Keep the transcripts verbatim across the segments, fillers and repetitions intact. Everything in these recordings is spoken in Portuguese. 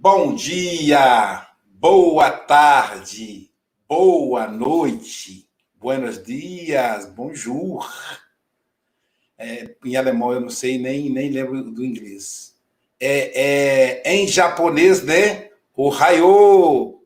Bom dia, boa tarde, boa noite, buenos dias, bonjour. É, em alemão eu não sei, nem, nem lembro do inglês. É, é, em japonês, né? Ohayou,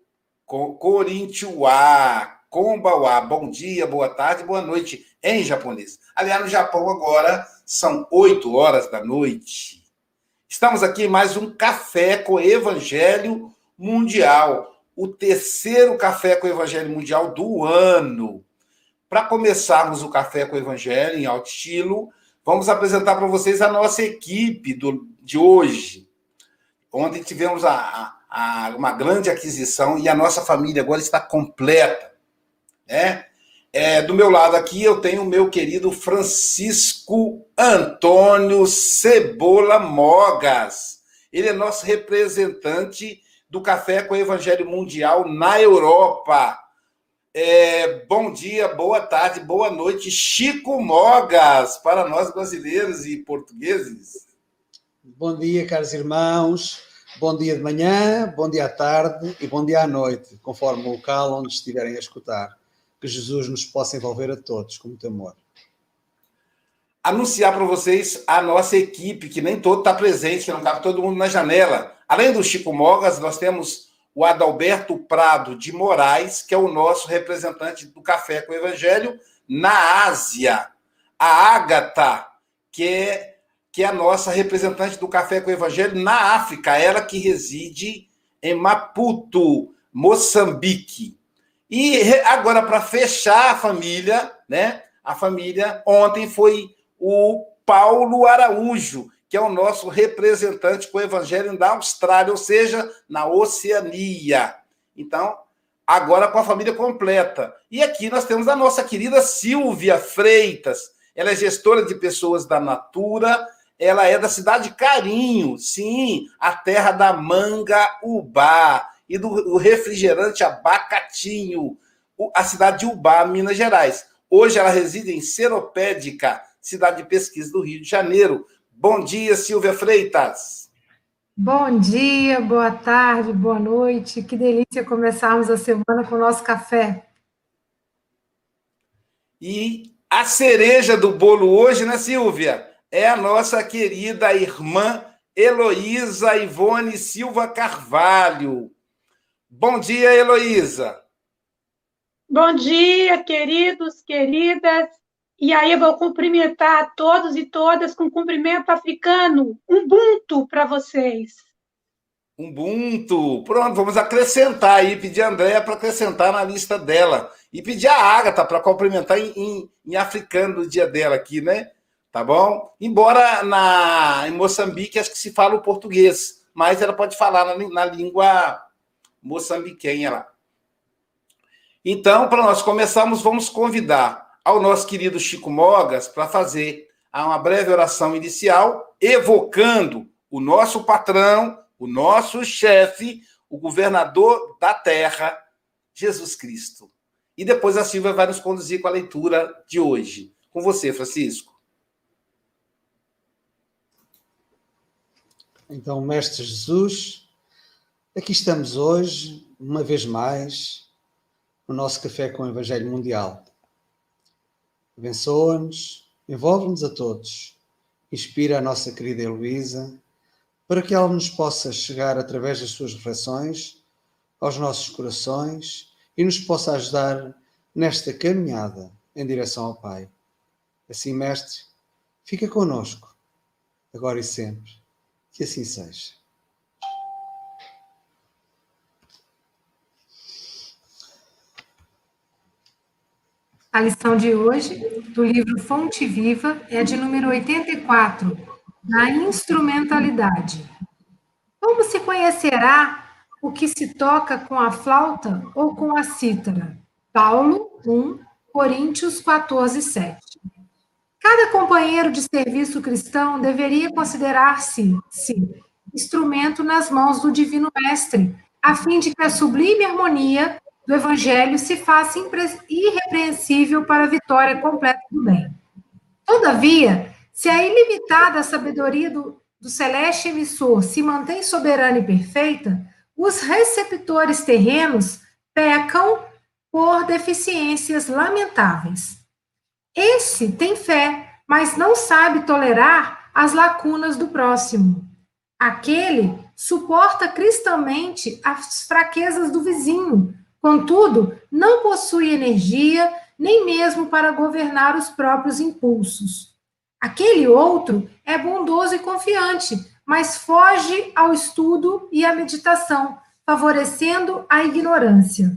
konnichiwa, konbawa, bom dia, boa tarde, boa noite, em japonês. Aliás, no Japão agora são oito horas da noite. Estamos aqui em mais um Café com o Evangelho Mundial, o terceiro Café com o Evangelho Mundial do ano. Para começarmos o Café com o Evangelho em alto estilo, vamos apresentar para vocês a nossa equipe do, de hoje. Ontem tivemos a, a, uma grande aquisição e a nossa família agora está completa, né? É, do meu lado aqui eu tenho o meu querido Francisco Antônio Cebola Mogas. Ele é nosso representante do Café com o Evangelho Mundial na Europa. É, bom dia, boa tarde, boa noite, Chico Mogas, para nós brasileiros e portugueses. Bom dia, caros irmãos. Bom dia de manhã, bom dia à tarde e bom dia à noite, conforme o local onde estiverem a escutar. Que Jesus nos possa envolver a todos com muito amor. Anunciar para vocês a nossa equipe, que nem todo está presente, que não cabe todo mundo na janela. Além do Chico Mogas, nós temos o Adalberto Prado de Moraes, que é o nosso representante do Café com o Evangelho na Ásia. A Ágata, que é, que é a nossa representante do Café com o Evangelho na África, ela que reside em Maputo, Moçambique. E agora, para fechar a família, né? A família, ontem foi o Paulo Araújo, que é o nosso representante com o Evangelho da Austrália, ou seja, na Oceania. Então, agora com a família completa. E aqui nós temos a nossa querida Silvia Freitas. Ela é gestora de pessoas da Natura, ela é da cidade de Carinho, sim, a terra da manga ubá e do refrigerante abacatinho, a cidade de Ubá, Minas Gerais. Hoje ela reside em Seropédica, cidade de pesquisa do Rio de Janeiro. Bom dia, Silvia Freitas. Bom dia, boa tarde, boa noite. Que delícia começarmos a semana com o nosso café. E a cereja do bolo hoje, né, Silvia? É a nossa querida irmã Heloísa Ivone Silva Carvalho. Bom dia, Heloísa. Bom dia, queridos, queridas. E aí eu vou cumprimentar a todos e todas com cumprimento africano. Ubuntu para vocês. Ubuntu. Pronto, vamos acrescentar aí, pedir a Andréia para acrescentar na lista dela. E pedir a Ágata para cumprimentar em, em, em africano no dia dela aqui, né? Tá bom? Embora na, em Moçambique acho que se fala o português, mas ela pode falar na, na língua moçambiquenha lá. Então, para nós começarmos, vamos convidar ao nosso querido Chico Mogas para fazer uma breve oração inicial, evocando o nosso patrão, o nosso chefe, o governador da terra, Jesus Cristo. E depois a Silvia vai nos conduzir com a leitura de hoje. Com você, Francisco. Então, Mestre Jesus, aqui estamos hoje, uma vez mais, no nosso Café com o Evangelho Mundial. Abençoa-nos, envolve-nos a todos, inspira a nossa querida Heloísa, para que ela nos possa chegar, através das suas reflexões, aos nossos corações e nos possa ajudar nesta caminhada em direção ao Pai. Assim, Mestre, fica connosco, agora e sempre. Que assim seja. A lição de hoje, do livro Fonte Viva, é de número oitenta e quatro, na instrumentalidade. Como se conhecerá o que se toca com a flauta ou com a cítara? Paulo um, Coríntios quatorze, sete. Cada companheiro de serviço cristão deveria considerar-se instrumento nas mãos do Divino Mestre, a fim de que a sublime harmonia do Evangelho se faça irrepreensível para a vitória completa do bem. Todavia, se a ilimitada sabedoria do, do celeste emissor se mantém soberana e perfeita, os receptores terrenos pecam por deficiências lamentáveis. Esse tem fé, mas não sabe tolerar as lacunas do próximo. Aquele suporta cristamente as fraquezas do vizinho, contudo, não possui energia nem mesmo para governar os próprios impulsos. Aquele outro é bondoso e confiante, mas foge ao estudo e à meditação, favorecendo a ignorância.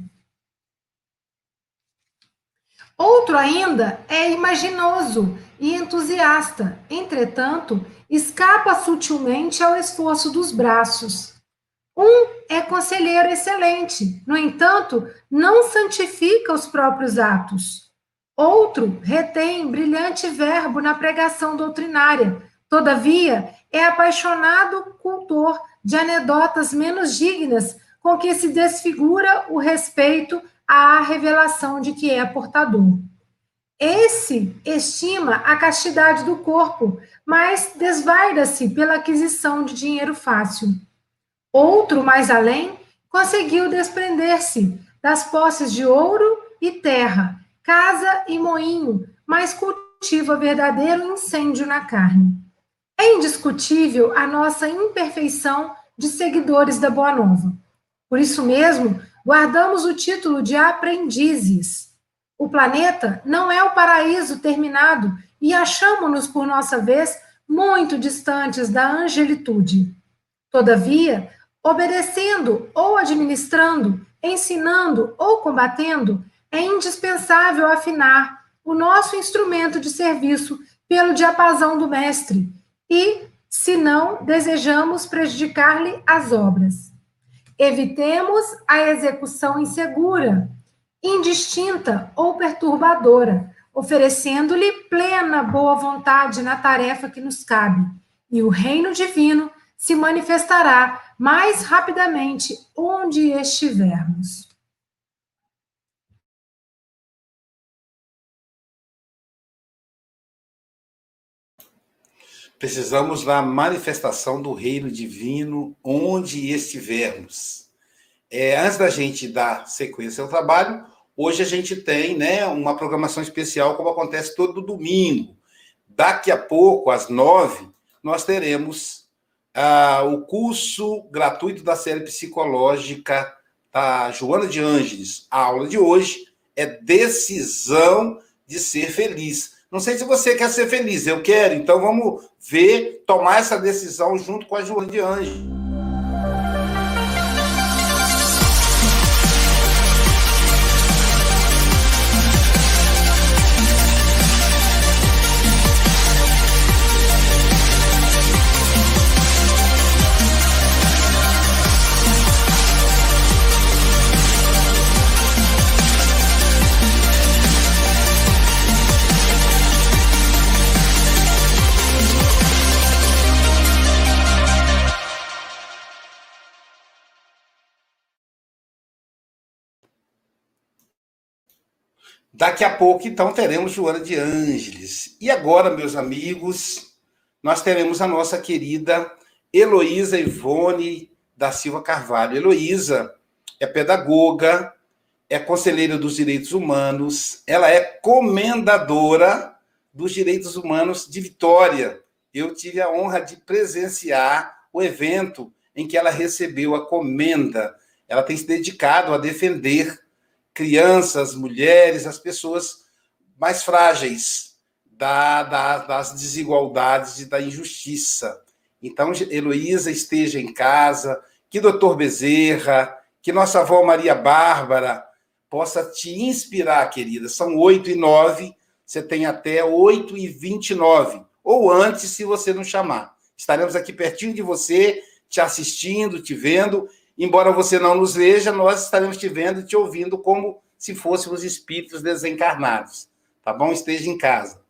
Outro ainda é imaginoso e entusiasta, entretanto, escapa sutilmente ao esforço dos braços. Um é conselheiro excelente, no entanto, não santifica os próprios atos. Outro retém brilhante verbo na pregação doutrinária, todavia, é apaixonado cultor de anedotas menos dignas, com que se desfigura o respeito à revelação de que é portador. Esse estima a castidade do corpo, mas desvaira-se pela aquisição de dinheiro fácil. Outro, mais além, conseguiu desprender-se das posses de ouro e terra, casa e moinho, mas cultiva verdadeiro incêndio na carne. É indiscutível a nossa imperfeição de seguidores da Boa Nova. Por isso mesmo, guardamos o título de aprendizes. O planeta não é o paraíso terminado e achamo-nos, por nossa vez, muito distantes da angelitude. Todavia, obedecendo ou administrando, ensinando ou combatendo, é indispensável afinar o nosso instrumento de serviço pelo diapasão do mestre e, se não desejamos prejudicar-lhe as obras. Evitemos a execução insegura, indistinta ou perturbadora, oferecendo-lhe plena boa vontade na tarefa que nos cabe, e o reino divino se manifestará mais rapidamente onde estivermos. Precisamos da manifestação do reino divino onde estivermos. É, antes da gente dar sequência ao trabalho, hoje a gente tem, né, uma programação especial, como acontece todo domingo. Daqui a pouco, às nove, nós teremos ah, o curso gratuito da série psicológica da Joana de Ângeles. A aula de hoje é decisão de ser feliz. Não sei se você quer ser feliz, eu quero, então vamos ver, tomar essa decisão junto com a Joana de Ângeles. Daqui a pouco, então, teremos Joana de Ângeles. E agora, meus amigos, nós teremos a nossa querida Heloísa Ivone da Silva Carvalho. Heloísa é pedagoga, é conselheira dos direitos humanos, ela é comendadora dos direitos humanos de Vitória. Eu tive a honra de presenciar o evento em que ela recebeu a comenda. Ela tem se dedicado a defender crianças, mulheres, as pessoas mais frágeis da, da, das desigualdades e da injustiça. Então, Heloísa esteja em casa, que doutor Bezerra, que nossa avó Maria Bárbara possa te inspirar, querida. São oito e nove, você tem até oito e vinte e nove, ou antes, se você não chamar. Estaremos aqui pertinho de você, te assistindo, te vendo. Embora você não nos veja, nós estaremos te vendo e te ouvindo como se fôssemos espíritos desencarnados. Tá bom? Esteja em casa.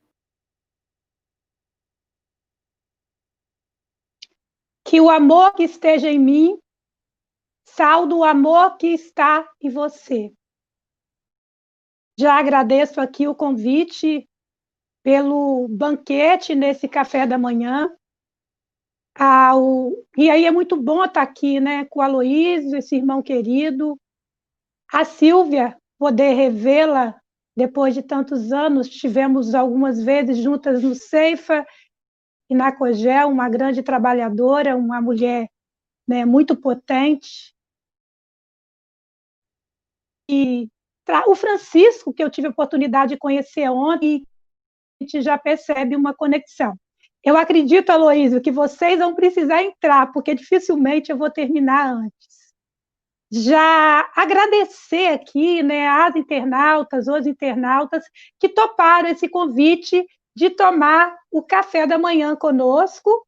Que o amor que esteja em mim salda o amor que está em você. Já agradeço aqui o convite pelo banquete nesse café da manhã. ao... E aí é muito bom estar aqui, né, com o Aloísio, esse irmão querido, a Silvia, poder revê-la depois de tantos anos. Tivemos algumas vezes juntas no Ceifa e na Cogel, uma grande trabalhadora, uma mulher, né, muito potente. E o Francisco, que eu tive a oportunidade de conhecer ontem, a gente já percebe uma conexão. Eu acredito, Aloísio, que vocês vão precisar entrar, porque dificilmente eu vou terminar antes. Já agradecer aqui, né, às internautas, os internautas que toparam esse convite de tomar o café da manhã conosco.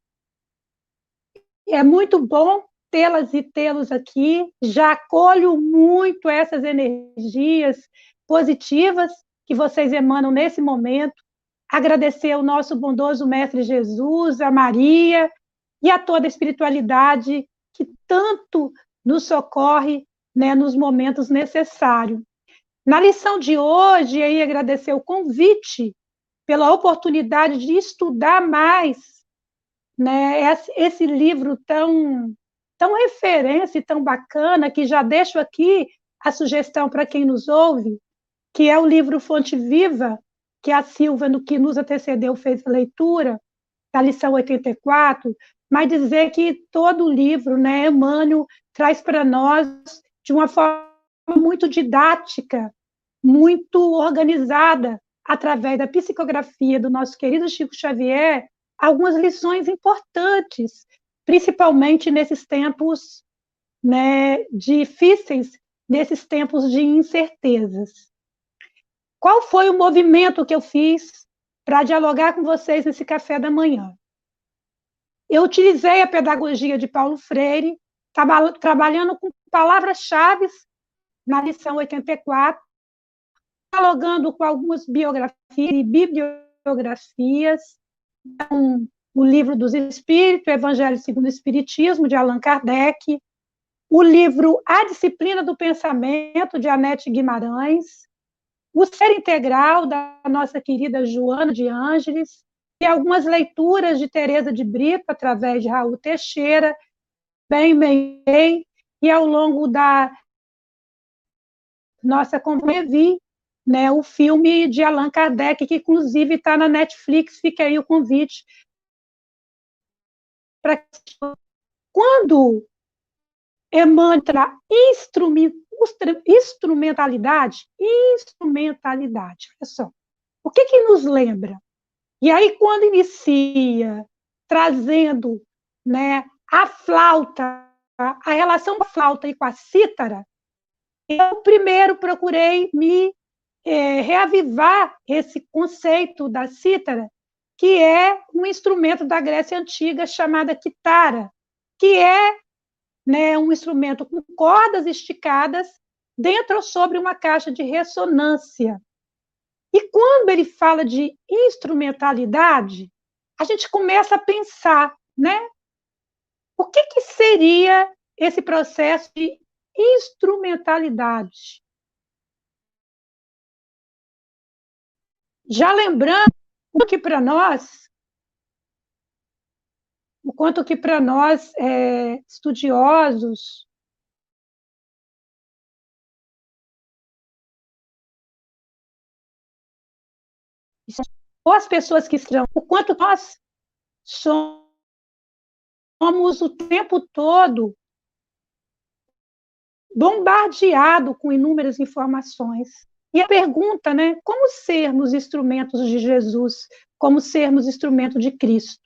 É muito bom tê-las e tê-los aqui. Já acolho muito essas energias positivas que vocês emanam nesse momento. Agradecer ao nosso bondoso Mestre Jesus, a Maria e a toda a espiritualidade que tanto nos socorre, né, nos momentos necessários. Na lição de hoje, aí, agradecer o convite pela oportunidade de estudar mais, né, esse, esse livro tão, tão referência e tão bacana, que já deixo aqui a sugestão para quem nos ouve, que é o livro Fonte Viva, que a Silvia, no que nos antecedeu, fez a leitura, da lição oitenta e quatro, mas dizer que todo o livro, né, Emmanuel traz para nós, de uma forma muito didática, muito organizada, através da psicografia do nosso querido Chico Xavier, algumas lições importantes, principalmente nesses tempos, né, difíceis, nesses tempos de incertezas. Qual foi o movimento que eu fiz para dialogar com vocês nesse café da manhã? Eu utilizei a pedagogia de Paulo Freire, traba- trabalhando com palavras-chave na lição oitenta e quatro, dialogando com algumas biografias e bibliografias, um, o Livro dos Espíritos, o Evangelho segundo o Espiritismo, de Allan Kardec, o livro A Disciplina do Pensamento, de Anete Guimarães, o Ser Integral, da nossa querida Joana de Ângeles, e algumas leituras de Teresa de Brito, através de Raul Teixeira, bem, bem, bem, e ao longo da nossa conversa, né, o filme de Allan Kardec, que inclusive está na Netflix, fica aí o convite. Pra... Quando Emmanuel instrumentalidade, instrumentalidade, olha só, o que que nos lembra? E aí, quando inicia trazendo, né, a flauta, a relação da flauta e com a cítara, eu primeiro procurei me é, reavivar esse conceito da cítara, que é um instrumento da Grécia Antiga chamada quitara, que é, né, um instrumento com cordas esticadas dentro ou sobre uma caixa de ressonância. E quando ele fala de instrumentalidade, a gente começa a pensar, né? O que, que seria esse processo de instrumentalidade? Já lembrando que para nós, o quanto que para nós, é, estudiosos, ou as pessoas que estão, o quanto nós somos o tempo todo bombardeado com inúmeras informações. E a pergunta, né, como sermos instrumentos de Jesus, como sermos instrumento de Cristo?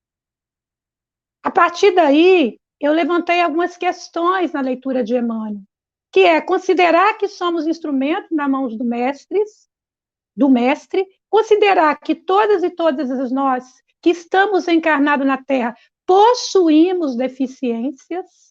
A partir daí, eu levantei algumas questões na leitura de Emmanuel, que é considerar que somos instrumentos nas mãos do mestre, do mestre, considerar que todas e todas as nós que estamos encarnados na Terra possuímos deficiências,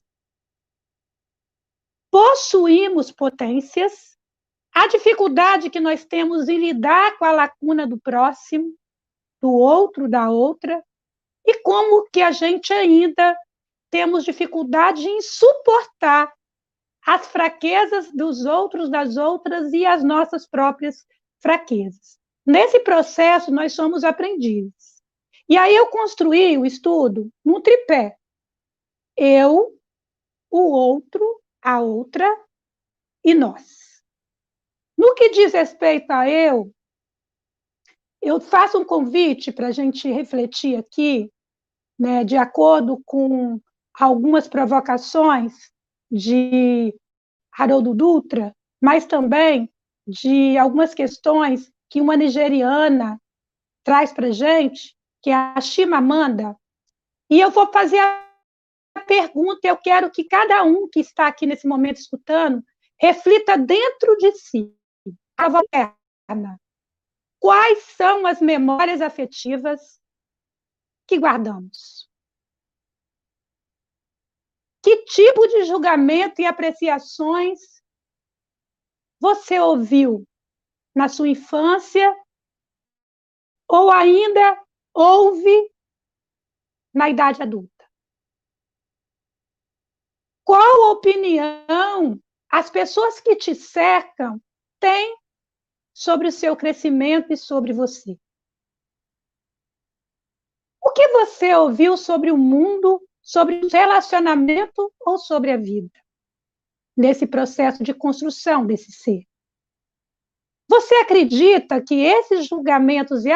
possuímos potências, a dificuldade que nós temos em lidar com a lacuna do próximo, do outro, da outra, e como que a gente ainda temos dificuldade em suportar as fraquezas dos outros, das outras, e as nossas próprias fraquezas. Nesse processo, nós somos aprendizes. E aí eu construí o estudo num tripé. Eu, o outro, a outra e nós. No que diz respeito a eu, eu faço um convite para a gente refletir aqui, né, de acordo com algumas provocações de Haroldo Dutra, mas também de algumas questões que uma nigeriana traz para a gente, que é a Chimamanda, e eu vou fazer a pergunta, eu quero que cada um que está aqui nesse momento escutando reflita dentro de si. Quais são as memórias afetivas que guardamos? Que tipo de julgamento e apreciações você ouviu na sua infância ou ainda ouve na idade adulta? Qual opinião as pessoas que te cercam têm sobre o seu crescimento e sobre você? O que você ouviu sobre o mundo, sobre o relacionamento ou sobre a vida, nesse processo de construção desse ser? Você acredita que esses julgamentos e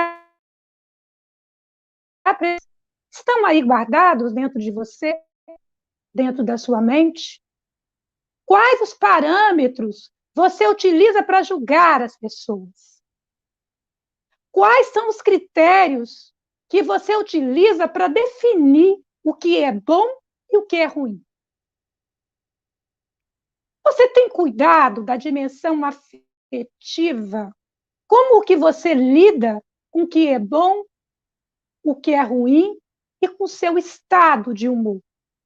estão aí guardados dentro de você, dentro da sua mente? Quais os parâmetros você utiliza para julgar as pessoas? Quais são os critérios que você utiliza para definir o que é bom e o que é ruim? Você tem cuidado da dimensão afetiva? Como que você lida com o que é bom, o que é ruim e com o seu estado de humor?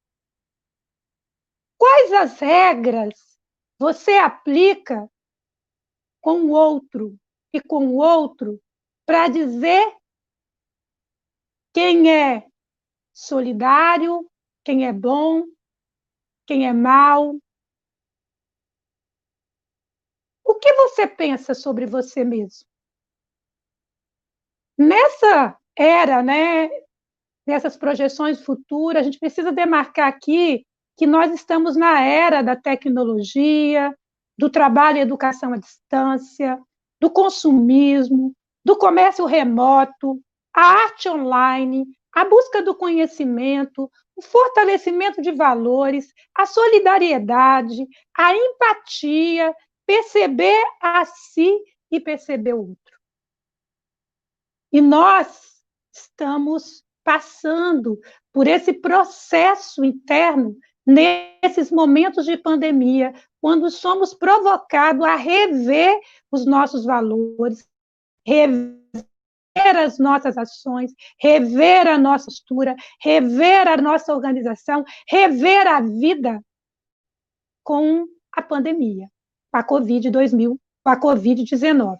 Quais as regras você aplica com o outro e com o outro para dizer quem é solidário, quem é bom, quem é mau? O que você pensa sobre você mesmo? Nessa era, né, nessas projeções futuras, a gente precisa demarcar aqui que nós estamos na era da tecnologia, do trabalho e educação à distância, do consumismo, do comércio remoto, a arte online, a busca do conhecimento, o fortalecimento de valores, a solidariedade, a empatia, perceber a si e perceber o outro. E nós estamos passando por esse processo interno nesses momentos de pandemia, quando somos provocados a rever os nossos valores, rever as nossas ações, rever a nossa postura, rever a nossa organização, rever a vida com a pandemia, com a Covid dois mil, com a Covid dezenove.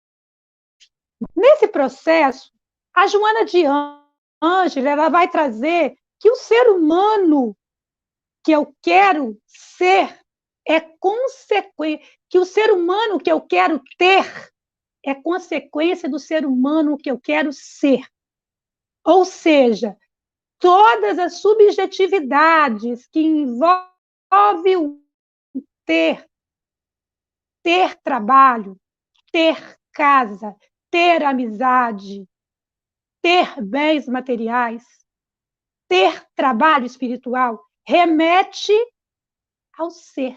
Nesse processo, a Joana de Ângela, ela vai trazer que o ser humano que eu quero ser é consequência, que o ser humano que eu quero ter é consequência do ser humano que eu quero ser. Ou seja, todas as subjetividades que envolvem o ter, ter trabalho, ter casa, ter amizade, ter bens materiais, ter trabalho espiritual, remete ao ser.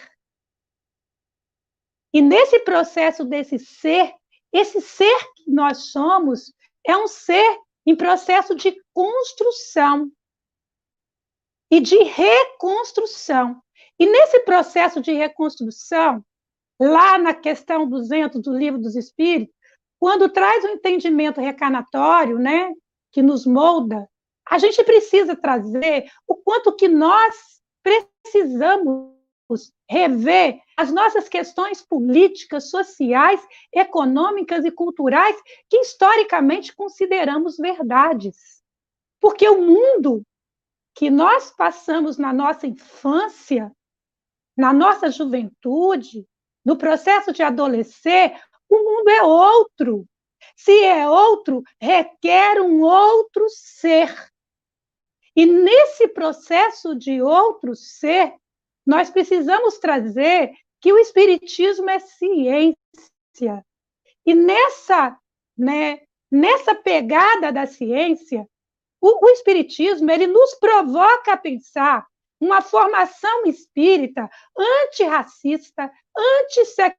E nesse processo desse ser, esse ser que nós somos é um ser em processo de construção e de reconstrução. E nesse processo de reconstrução, lá na questão duzentos do Livro dos Espíritos, quando traz o entendimento reencarnatório, né, que nos molda, a gente precisa trazer o quanto que nós precisamos rever as nossas questões políticas, sociais, econômicas e culturais que historicamente consideramos verdades. Porque o mundo que nós passamos na nossa infância, na nossa juventude, no processo de adolescer, o mundo é outro. Se é outro, requer um outro ser. E nesse processo de outro ser, nós precisamos trazer que o Espiritismo é ciência. E nessa, né, nessa pegada da ciência, o, o Espiritismo ele nos provoca a pensar uma formação espírita antirracista, antissexista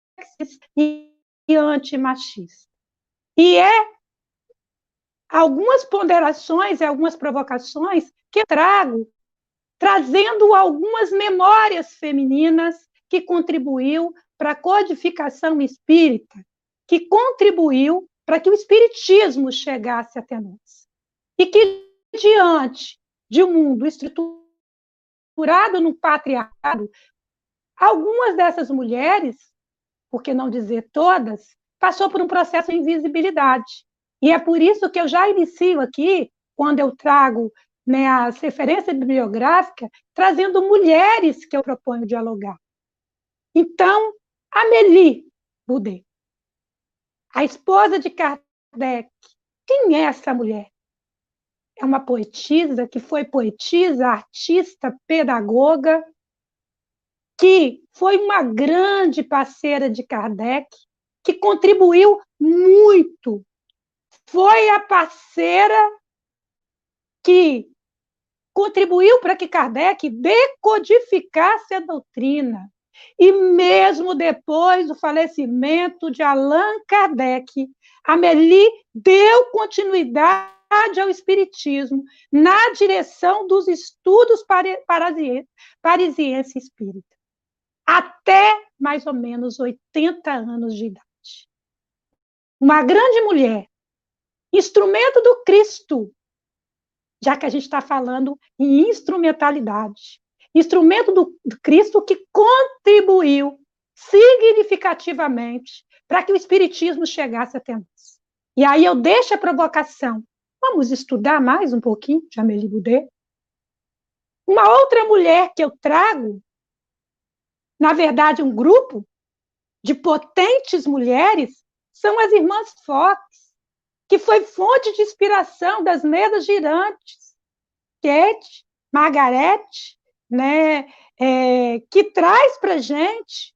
e, e antimachista. E é algumas ponderações e algumas provocações que eu trago, trazendo algumas memórias femininas que contribuiu para a codificação espírita, que contribuiu para que o espiritismo chegasse até nós. E que, diante de um mundo estruturado no patriarcado, algumas dessas mulheres, por que não dizer todas, passou por um processo de invisibilidade. E é por isso que eu já inicio aqui, quando eu trago, né, as referências bibliográficas, trazendo mulheres que eu proponho dialogar. Então, Amélie Boudet, a esposa de Kardec, quem é essa mulher? É uma poetisa que foi poetisa, artista, pedagoga, que foi uma grande parceira de Kardec, que contribuiu muito. Foi a parceira que contribuiu para que Kardec decodificasse a doutrina. E mesmo depois do falecimento de Allan Kardec, Amélie deu continuidade ao espiritismo na direção dos estudos parisienses espírita, até mais ou menos oitenta anos de idade. Uma grande mulher, instrumento do Cristo, já que a gente está falando em instrumentalidade. Instrumento do, do Cristo que contribuiu significativamente para que o espiritismo chegasse até nós. E aí eu deixo a provocação. Vamos estudar mais um pouquinho de Amélie Boudet? Uma outra mulher que eu trago, na verdade, um grupo de potentes mulheres, são as irmãs Fox, que foi fonte de inspiração das mesas girantes, Kate, Margaret, né, é, que traz para a gente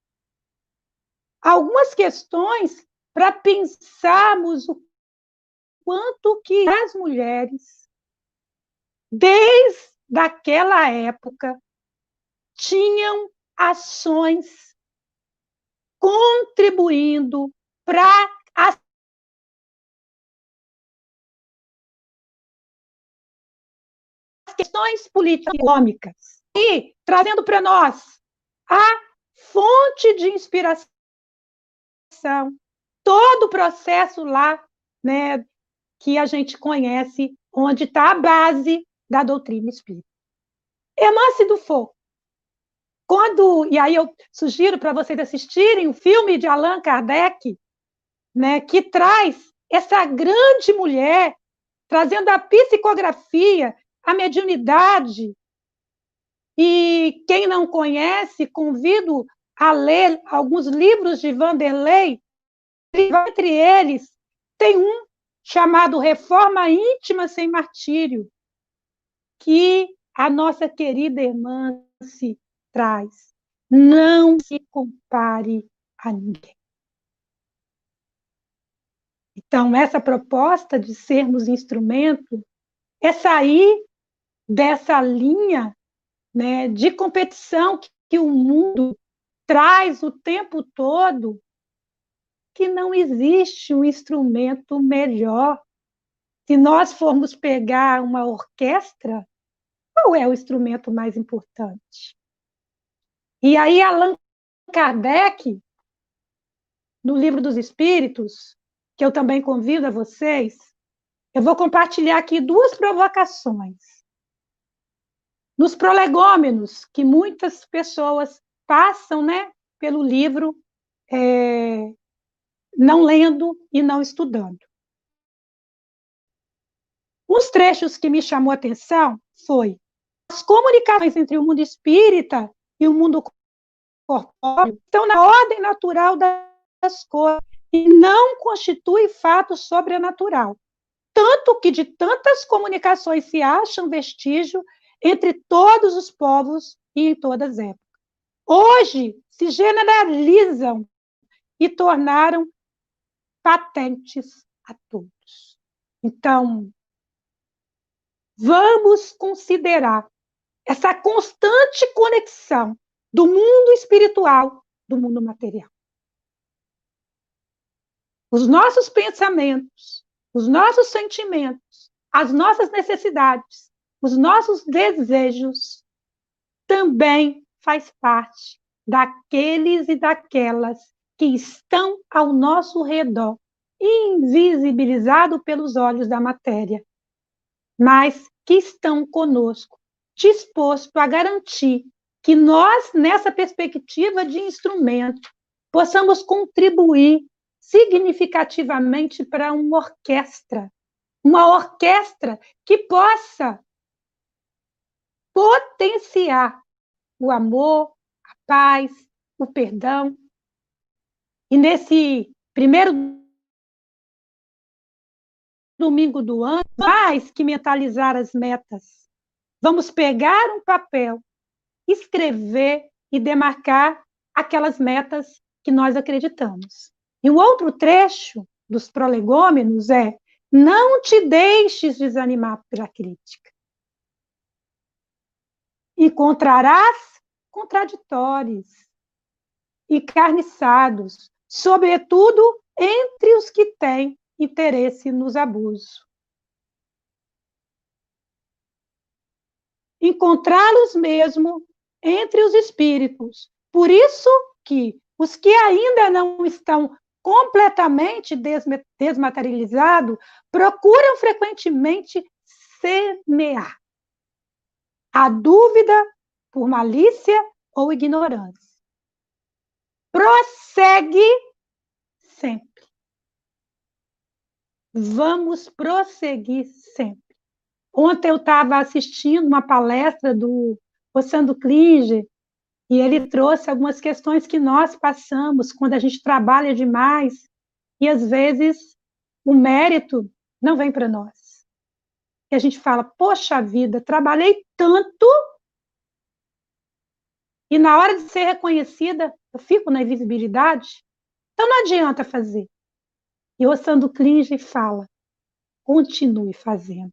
algumas questões para pensarmos o quanto que as mulheres, desde aquela época, tinham ações contribuindo para as questões políticas e econômicas, e trazendo para nós a fonte de inspiração, todo o processo lá, né, que a gente conhece, onde está a base da doutrina espírita. Hermance do Foucault. Quando, e aí eu sugiro para vocês assistirem o filme de Allan Kardec, né, que traz essa grande mulher, trazendo a psicografia, a mediunidade. E quem não conhece, convido a ler alguns livros de Vanderlei. Entre eles, tem um chamado Reforma Íntima Sem Martírio, que a nossa querida irmã se traz. Não se compare a ninguém. Então, essa proposta de sermos instrumento é sair dessa linha, né, de competição que, que o mundo traz o tempo todo, que não existe um instrumento melhor. Se nós formos pegar uma orquestra, qual é o instrumento mais importante? E aí, Allan Kardec, no Livro dos Espíritos, que eu também convido a vocês, eu vou compartilhar aqui duas provocações. Nos prolegômenos, que muitas pessoas passam, né, pelo livro, é, não lendo e não estudando. Os trechos que me chamou a atenção foi as comunicações entre o mundo espírita e o mundo corpóreo estão na ordem natural das coisas. e não constitui fato sobrenatural, tanto que de tantas comunicações se acham vestígio entre todos os povos e em todas as épocas. Hoje se generalizam e tornaram patentes a todos. Então, vamos considerar essa constante conexão do mundo espiritual do mundo material. Os nossos pensamentos, os nossos sentimentos, as nossas necessidades, os nossos desejos também faz parte daqueles e daquelas que estão ao nosso redor, invisibilizado pelos olhos da matéria, mas que estão conosco, disposto a garantir que nós, nessa perspectiva de instrumento, possamos contribuir significativamente para uma orquestra, uma orquestra que possa potenciar o amor, a paz, o perdão. E nesse primeiro domingo do ano, mais que mentalizar as metas, vamos pegar um papel, escrever e demarcar aquelas metas que nós acreditamos. E o outro trecho dos prolegômenos é: não te deixes desanimar pela crítica. Encontrarás contraditórios e carniçados, sobretudo entre os que têm interesse nos abusos. Encontrá-los mesmo entre os espíritos. Por isso que os que ainda não estão completamente desmaterializados procuram frequentemente semear a dúvida por malícia ou ignorância. Prossegue sempre. Vamos prosseguir sempre. Ontem eu estava assistindo uma palestra do Ossando Klinger e ele trouxe algumas questões que nós passamos quando a gente trabalha demais e, às vezes, o mérito não vem para nós. E a gente fala, poxa vida, trabalhei tanto e na hora de ser reconhecida, eu fico na invisibilidade, então não adianta fazer. E o Ossando Klinger fala, continue fazendo.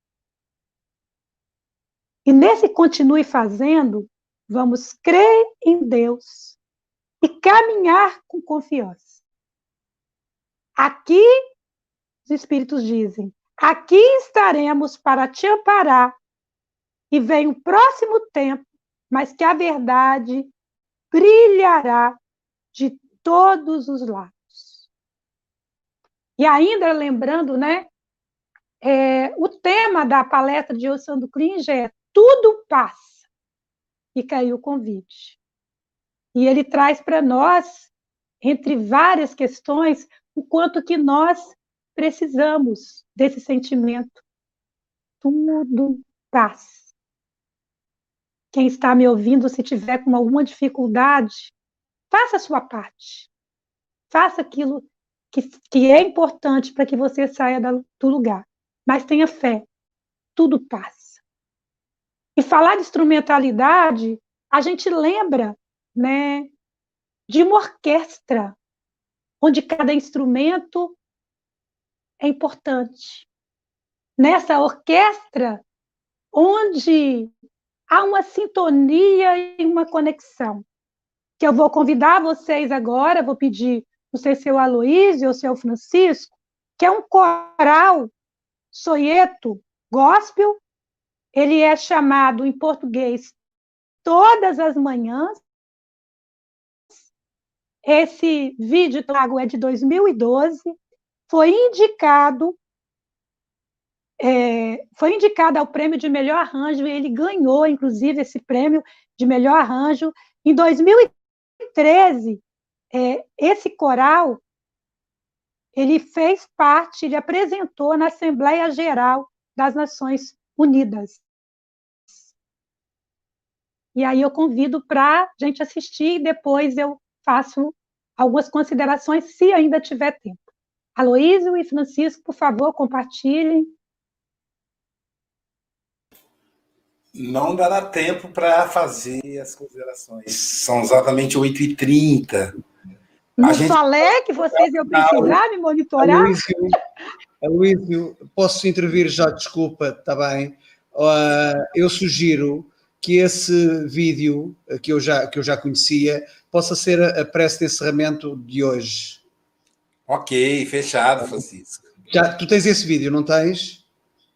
E nesse continue fazendo, vamos crer em Deus e caminhar com confiança. Aqui, os Espíritos dizem, aqui estaremos para te amparar e vem o próximo tempo, mas que a verdade brilhará de todos os lados. E ainda lembrando, né, é, o tema da palestra de Ossando Klinger é tudo passa. E caiu o convite. E ele traz para nós, entre várias questões, o quanto que nós precisamos desse sentimento. Tudo passa. Quem está me ouvindo, se tiver com alguma dificuldade, faça a sua parte. Faça aquilo que, que é importante para que você saia do lugar. Mas tenha fé. Tudo passa. E falar de instrumentalidade, a gente lembra, né, de uma orquestra, onde cada instrumento é importante. Nessa orquestra, onde há uma sintonia e uma conexão, que eu vou convidar vocês agora, vou pedir, não sei se é o Aloísio ou se é o Francisco, que é um coral soieto gospel. Ele é chamado, em português, Todas as Manhãs. Esse vídeo trago é de dois mil e doze. Foi indicado, é, foi indicado ao prêmio de melhor arranjo, e ele ganhou, inclusive, esse prêmio de melhor arranjo. Em dois mil e treze, é, esse coral, ele fez parte, ele apresentou na Assembleia Geral das Nações Unidas. E aí eu convido para a gente assistir e depois eu faço algumas considerações, se ainda tiver tempo. Aloísio e Francisco, por favor, compartilhem. Não dará tempo para fazer as considerações. São exatamente oito e trinta. No gente... Solé, que vocês iam precisar me monitorar? Aloísio, Aloísio, posso intervir já, desculpa, está bem. Uh, eu sugiro que esse vídeo, que eu já, que eu já conhecia, possa ser a prece de encerramento de hoje. Ok, fechado, Francisco. Já, tu tens esse vídeo, não tens?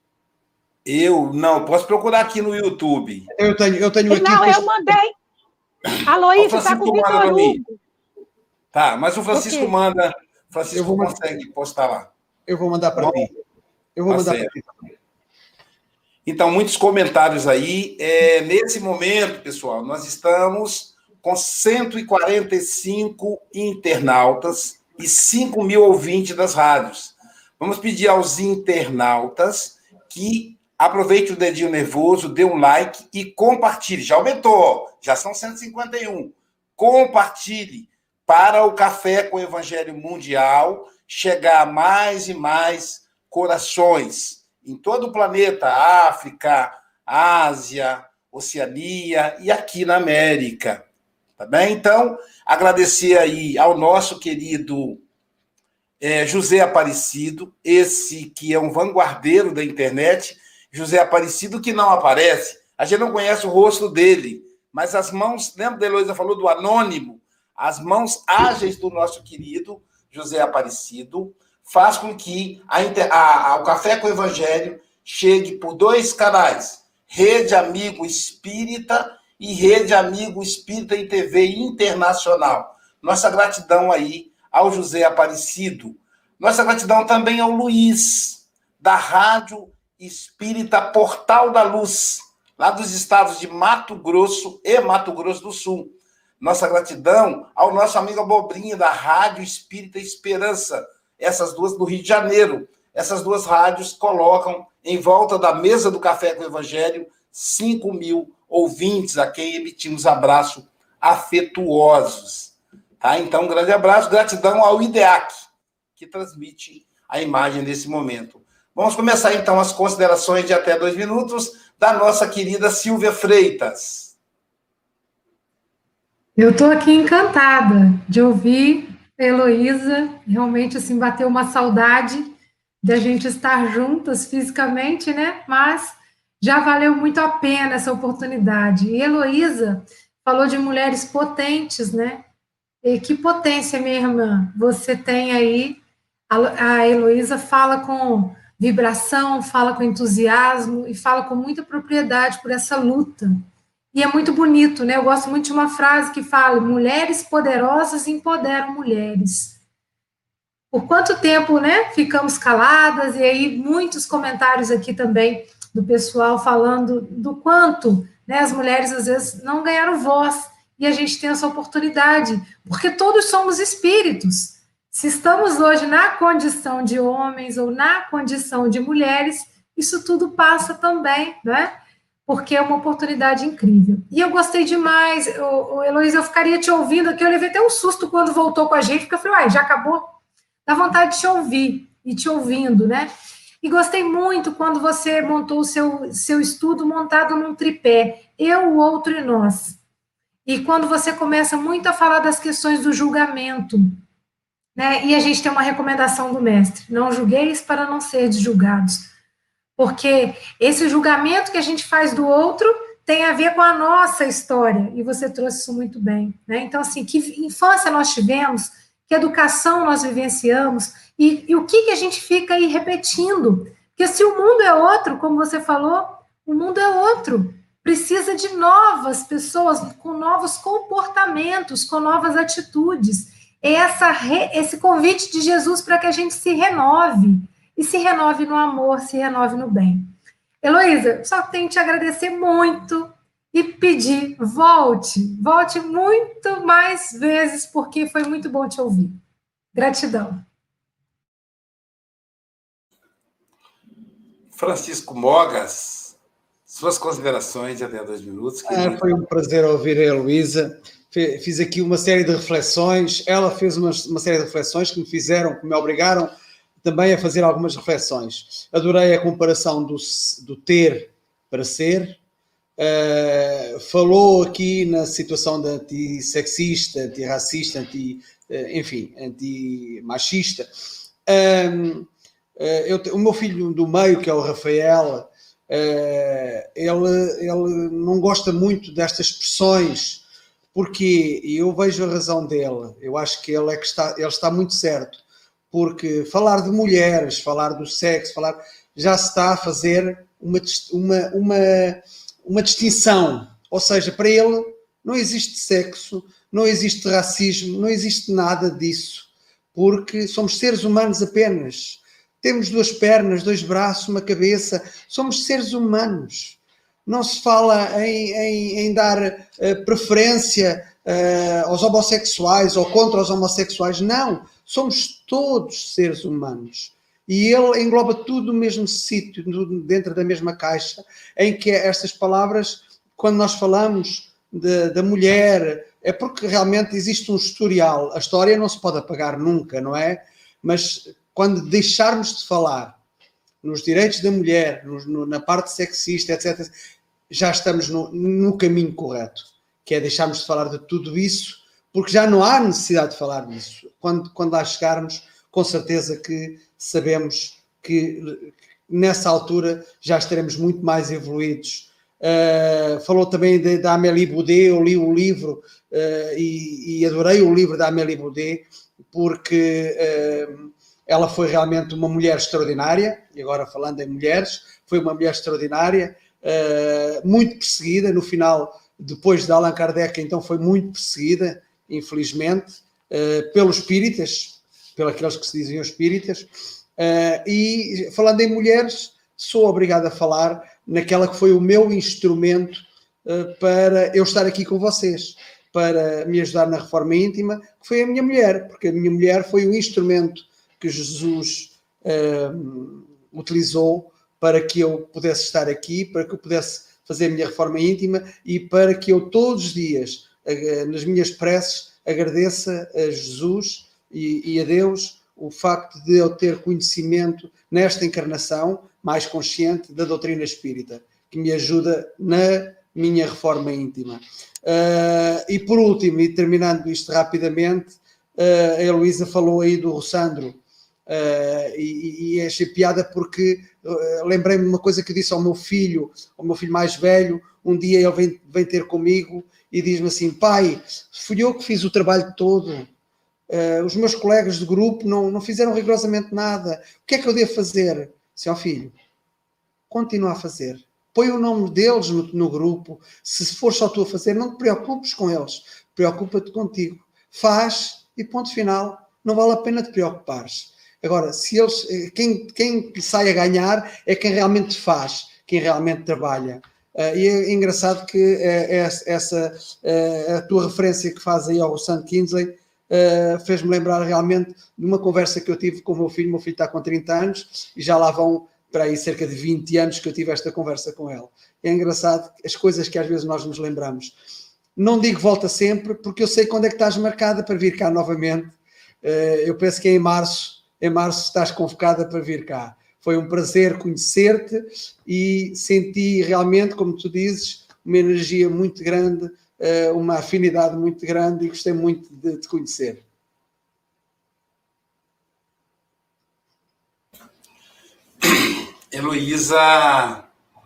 Eu não, posso procurar aqui no YouTube. Eu tenho, eu tenho aqui. Não, eu mandei. Aloísio, está com o Vitor Hugo. Tá, mas o Francisco okay. manda. O Francisco eu vou consegue postar lá. Eu vou mandar para ti. Eu vou tá mandar certo. para ti. Então, muitos comentários aí. É, nesse momento, pessoal, nós estamos com cento e quarenta e cinco internautas e cinco mil ouvintes das rádios. Vamos pedir aos internautas que aproveitem o dedinho nervoso, dê um like e compartilhe. Já aumentou, já são cento e cinquenta e um. Compartilhe para o Café com o Evangelho Mundial chegar a mais e mais corações em todo o planeta, África, Ásia, Oceania e aqui na América. Tá bem? Então, agradecer aí ao nosso querido é, José Aparecido, esse que é um vanguardeiro da internet, José Aparecido que não aparece, a gente não conhece o rosto dele, mas as mãos, lembra da Heloísa falou do anônimo? As mãos ágeis do nosso querido José Aparecido faz com que a, a, a, o Café com o Evangelho chegue por dois canais, Rede Amigo Espírita e Rede Amigo Espírita em T V Internacional. Nossa gratidão aí ao José Aparecido. Nossa gratidão também ao Luiz, da Rádio Espírita Portal da Luz, lá dos estados de Mato Grosso e Mato Grosso do Sul. Nossa gratidão ao nosso amigo Abobrinha, da Rádio Espírita Esperança, essas duas do Rio de Janeiro. Essas duas rádios colocam em volta da mesa do Café com o Evangelho cinco mil ouvintes, a quem emitimos abraços afetuosos. Tá? Então, um grande abraço, gratidão ao IDEAC, que transmite a imagem nesse momento. Vamos começar, então, as considerações de até dois minutos da nossa querida Silvia Freitas. Eu estou aqui encantada de ouvir a Heloísa, realmente, assim, bateu uma saudade de a gente estar juntas fisicamente, né? Mas já valeu muito a pena essa oportunidade. E Heloísa falou de mulheres potentes, né? E que potência, minha irmã, você tem aí. A Heloísa fala com vibração, fala com entusiasmo e fala com muita propriedade por essa luta. E é muito bonito, né? Eu gosto muito de uma frase que fala: mulheres poderosas empoderam mulheres. Por quanto tempo, né? Ficamos caladas, e aí muitos comentários aqui também do pessoal falando do quanto, né, as mulheres às vezes não ganharam voz, e a gente tem essa oportunidade, porque todos somos espíritos. Se estamos hoje na condição de homens ou na condição de mulheres, isso tudo passa também, né? Porque é uma oportunidade incrível. E eu gostei demais, o, o Heloísa, eu ficaria te ouvindo aqui, eu levei até um susto quando voltou com a gente, porque eu falei, uai, já acabou? Dá vontade de te ouvir, e te ouvindo, né? E gostei muito quando você montou o seu, seu estudo montado num tripé, eu, o outro e nós. E quando você começa muito a falar das questões do julgamento, né? E a gente tem uma recomendação do mestre, não julgueis para não seres julgados. Porque esse julgamento que a gente faz do outro tem a ver com a nossa história, e você trouxe isso muito bem, né? Então, assim, que infância nós tivemos, que educação nós vivenciamos, e, e o que, que a gente fica aí repetindo? Porque se o mundo é outro, como você falou, o mundo é outro. Precisa de novas pessoas, com novos comportamentos, com novas atitudes. Essa, esse convite de Jesus para que a gente se renove, e se renove no amor, se renove no bem. Heloísa, só tenho que te agradecer muito e pedir, volte, volte muito mais vezes, porque foi muito bom te ouvir. Gratidão. Francisco Mogas, suas considerações de até dois minutos. Ah, foi um prazer ouvir a Heloísa. fiz aqui uma série de reflexões, ela fez uma, uma série de reflexões que me fizeram, que me obrigaram também a fazer algumas reflexões. Adorei a comparação do, do ter para ser. Uh, falou aqui na situação de antissexista, antirracista, anti, uh, enfim, antimachista. Um, uh, eu, o meu filho do meio, que é o Rafael, uh, ele, ele não gosta muito destas expressões, porque eu vejo a razão dele. Eu acho que ele, é que está, ele está muito certo, porque falar de mulheres, falar do sexo, falar, já se está a fazer uma, uma, uma, uma distinção. Ou seja, para ele não existe sexo, não existe racismo, não existe nada disso, porque somos seres humanos apenas. Temos duas pernas, dois braços, uma cabeça, somos seres humanos. Não se fala em, em, em dar uh, preferência uh, aos homossexuais ou contra os homossexuais, não. Somos todos seres humanos. E ele engloba tudo no mesmo sítio, dentro da mesma caixa, em que estas palavras, quando nós falamos de, da mulher, é porque realmente existe um historial. A história não se pode apagar nunca, não é? Mas quando deixarmos de falar nos direitos da mulher, no, no, na parte sexista, etcétera, já estamos no, no caminho correto, que é deixarmos de falar de tudo isso, porque já não há necessidade de falar disso. Quando, quando lá chegarmos, com certeza que sabemos que nessa altura já estaremos muito mais evoluídos. Uh, falou também de, da Amélie Boudet. Eu li o livro uh, e, e adorei o livro da Amélie Boudet, porque uh, ela foi realmente uma mulher extraordinária, e agora falando em mulheres, foi uma mulher extraordinária, uh, muito perseguida. No final, depois de Allan Kardec, então foi muito perseguida, infelizmente, uh, pelos espíritas, pelos aqueles que se diziam espíritas, uh, e falando em mulheres, sou obrigado a falar naquela que foi o meu instrumento uh, para eu estar aqui com vocês, para me ajudar na reforma íntima, que foi a minha mulher, porque a minha mulher foi o instrumento que Jesus uh, utilizou para que eu pudesse estar aqui, para que eu pudesse fazer a minha reforma íntima e para que eu todos os dias, uh, nas minhas preces, agradeça a Jesus e, e a Deus o facto de eu ter conhecimento nesta encarnação mais consciente da doutrina espírita, que me ajuda na minha reforma íntima. Uh, e por último, e terminando isto rapidamente, uh, a Heloísa falou aí do Rossandro, uh, e, e achei piada porque uh, lembrei-me de uma coisa que eu disse ao meu filho, ao meu filho mais velho. Um dia ele vem, vem ter comigo e diz-me assim: pai, fui eu que fiz o trabalho todo, uh, os meus colegas de grupo não, não fizeram rigorosamente nada, o que é que eu devo fazer? Seu filho, continua a fazer. Põe o nome deles no, no grupo. Se for só tu a fazer, não te preocupes com eles. Preocupa-te contigo. Faz e ponto final. Não vale a pena te preocupares. Agora, se eles, quem, quem sai a ganhar é quem realmente faz, quem realmente trabalha. Uh, e é engraçado que uh, essa, uh, a tua referência que faz aí ao Sam Kinsley Uh, fez-me lembrar realmente de uma conversa que eu tive com o meu filho. O meu filho está com trinta anos e já lá vão para aí cerca de vinte anos que eu tive esta conversa com ele. É engraçado as coisas que às vezes nós nos lembramos. Não digo volta sempre, porque eu sei quando é que estás marcada para vir cá novamente. Uh, eu penso que é em março, em março estás convocada para vir cá. Foi um prazer conhecer-te e senti realmente, como tu dizes, uma energia muito grande, uma afinidade muito grande, e gostei muito de te conhecer. Heloísa,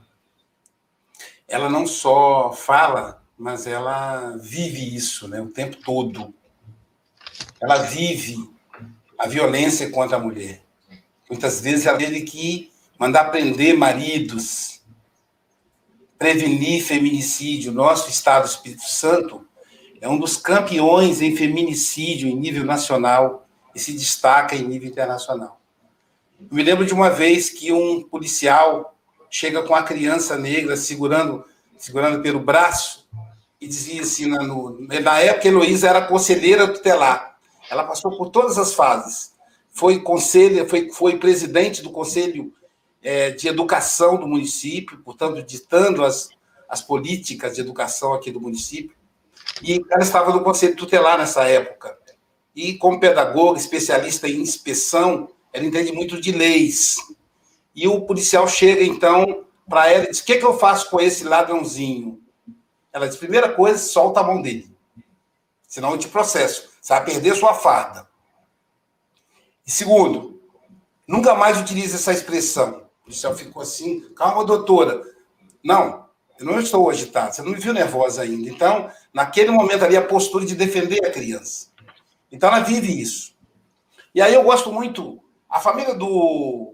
ela não só fala, mas ela vive isso, né, o tempo todo. Ela vive a violência contra a mulher. Muitas vezes ela teve que mandar prender maridos, prevenir feminicídio. Nosso estado do Espírito Santo é um dos campeões em feminicídio em nível nacional e se destaca em nível internacional. Eu me lembro de uma vez que um policial chega com a criança negra segurando, segurando pelo braço e dizia assim, na, no, na época, Heloísa era conselheira tutelar. Ela passou por todas as fases. Foi, conselho, foi, foi presidente do Conselho de educação do município, portanto, ditando as, as políticas de educação aqui do município. E ela estava no Conselho Tutelar nessa época. E, como pedagoga, especialista em inspeção, ela entende muito de leis. E o policial chega, então, para ela e diz: o que, é que eu faço com esse ladrãozinho? Ela diz: primeira coisa, solta a mão dele. Senão eu te processo. Você vai perder sua farda. E segundo, nunca mais utilize essa expressão. O policial ficou assim: calma, doutora. Não, eu não estou agitado. Você não me viu nervosa ainda. Então, naquele momento ali, a postura de defender a criança. Então, ela vive isso. E aí eu gosto muito... A família do...